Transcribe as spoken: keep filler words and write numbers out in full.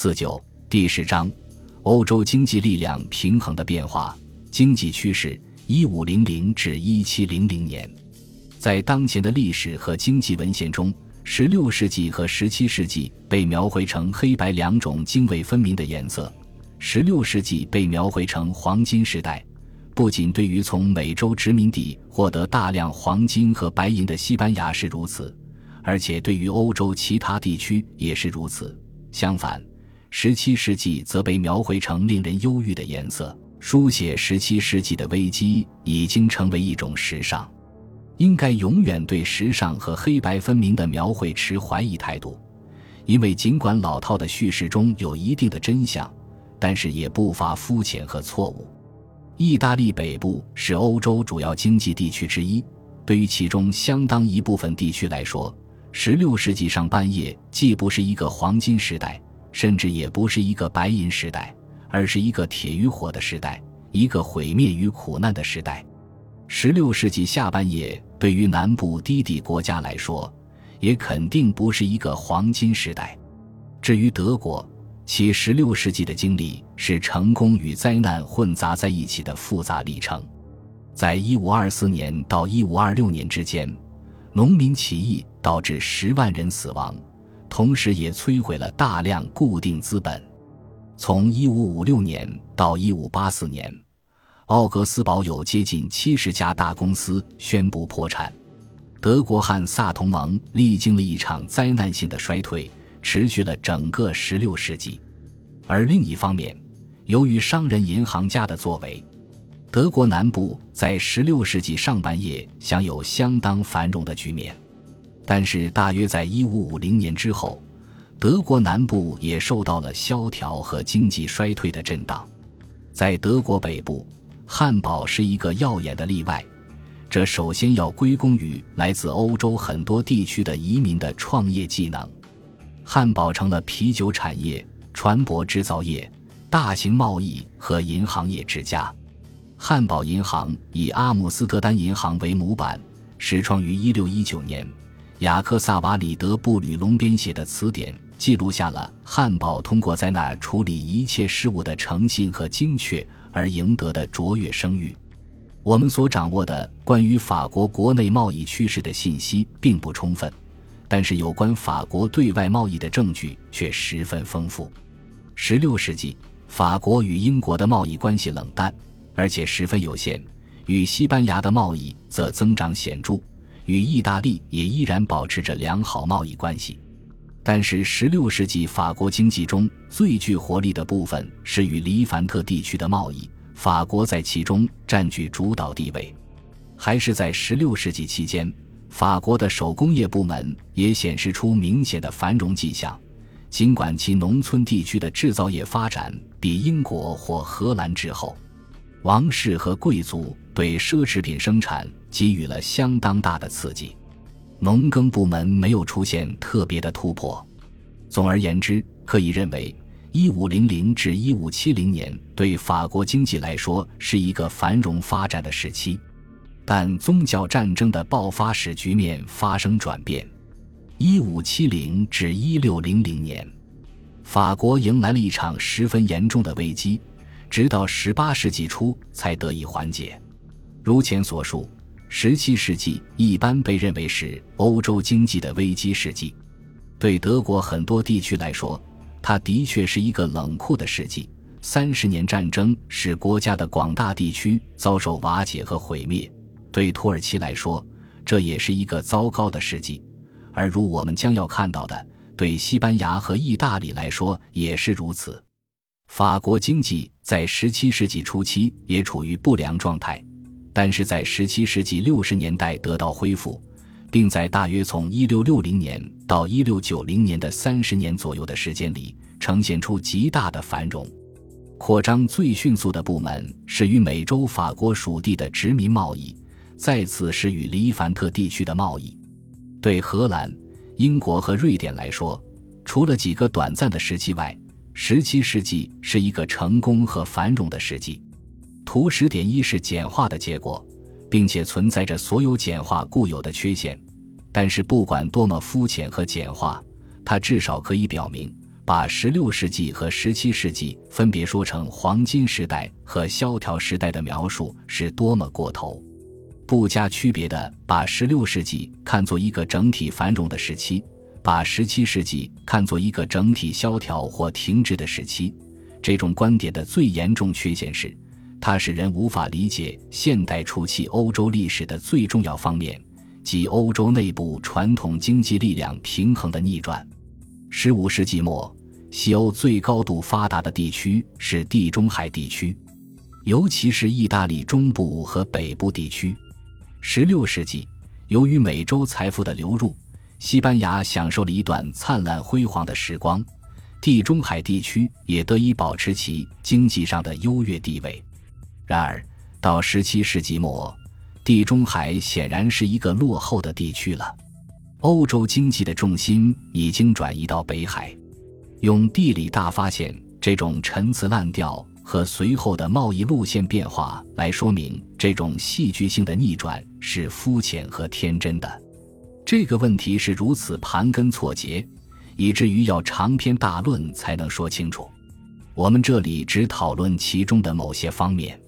四九第十章，欧洲经济力量平衡的变化。经济趋势一五零零至一七零零年。在当前的历史和经济文献中，十六世纪和十七世纪被描绘成黑白两种泾渭分明的颜色。十六世纪被描绘成黄金时代，不仅对于从美洲殖民地获得大量黄金和白银的西班牙是如此，而且对于欧洲其他地区也是如此。相反，十七世纪则被描绘成令人忧郁的颜色，书写十七世纪的危机已经成为一种时尚。应该永远对时尚和黑白分明的描绘持怀疑态度，因为尽管老套的叙事中有一定的真相，但是也不乏肤浅和错误。意大利北部是欧洲主要经济地区之一，对于其中相当一部分地区来说，十六世纪上半叶既不是一个黄金时代，甚至也不是一个白银时代，而是一个铁与火的时代，一个毁灭与苦难的时代。十六世纪下半叶对于南部低地国家来说，也肯定不是一个黄金时代。至于德国，其十六世纪的经历是成功与灾难混杂在一起的复杂历程。在一五二四年到一五二六年之间，农民起义导致十万人死亡，同时也摧毁了大量固定资本。从一五五六年到一五八四年，奥格斯堡有接近七十家大公司宣布破产。德国汉萨同盟历经了一场灾难性的衰退，持续了整个十六世纪。而另一方面，由于商人银行家的作为，德国南部在十六世纪上半叶享有相当繁荣的局面。但是大约在一五五零年之后，德国南部也受到了萧条和经济衰退的震荡。在德国北部，汉堡是一个耀眼的例外，这首先要归功于来自欧洲很多地区的移民的创业技能。汉堡成了啤酒产业、船舶制造业、大型贸易和银行业之家。汉堡银行以阿姆斯特丹银行为模板，始创于一六一九年。雅克萨瓦里德布吕龙编写的词典记录下了汉堡通过在那儿处理一切事务的诚信和精确而赢得的卓越声誉。我们所掌握的关于法国国内贸易趋势的信息并不充分，但是有关法国对外贸易的证据却十分丰富。十六世纪，法国与英国的贸易关系冷淡，而且十分有限，与西班牙的贸易则增长显著，与意大利也依然保持着良好贸易关系。但是十六世纪法国经济中最具活力的部分是与黎凡特地区的贸易，法国在其中占据主导地位。还是在十六世纪期间，法国的手工业部门也显示出明显的繁荣迹象，尽管其农村地区的制造业发展比英国或荷兰滞后。王室和贵族对奢侈品生产给予了相当大的刺激，农耕部门没有出现特别的突破。总而言之，可以认为一五零零至一五七零年对法国经济来说是一个繁荣发展的时期。但宗教战争的爆发使局面发生转变。一五七零至一六零零年，法国迎来了一场十分严重的危机，直到十八世纪初才得以缓解。如前所述，十七世纪一般被认为是欧洲经济的危机世纪。对德国很多地区来说，它的确是一个冷酷的世纪。三十年战争使国家的广大地区遭受瓦解和毁灭。对土耳其来说，这也是一个糟糕的世纪，而如我们将要看到的，对西班牙和意大利来说也是如此。法国经济在十七世纪初期也处于不良状态，但是在十七世纪六十年代得到恢复，并在大约从一六六零年到一六九零年的三十年左右的时间里呈现出极大的繁荣。扩张最迅速的部门是与美洲法国属地的殖民贸易，再次是与黎凡特地区的贸易。对荷兰、英国和瑞典来说，除了几个短暂的时期外，十七世纪是一个成功和繁荣的时期。图十点一是简化的结果，并且存在着所有简化固有的缺陷，但是不管多么肤浅和简化，它至少可以表明， 把十六世纪和十七世纪分别说成黄金时代和萧条时代的描述是多么过头。不加区别地把十六世纪看作一个整体繁荣的时期，把十七世纪看作一个整体萧条或停滞的时期。这种观点的最严重缺陷是，它使人无法理解现代初期欧洲历史的最重要方面，即欧洲内部传统经济力量平衡的逆转。十五世纪末，西欧最高度发达的地区是地中海地区，尤其是意大利中部和北部地区。十六世纪，由于美洲财富的流入，西班牙享受了一段灿烂辉煌的时光，地中海地区也得以保持其经济上的优越地位。然而，到十七世纪末，地中海显然是一个落后的地区了。欧洲经济的重心已经转移到北海。用地理大发现这种陈词滥调和随后的贸易路线变化来说明这种戏剧性的逆转是肤浅和天真的。这个问题是如此盘根错节，以至于要长篇大论才能说清楚。我们这里只讨论其中的某些方面。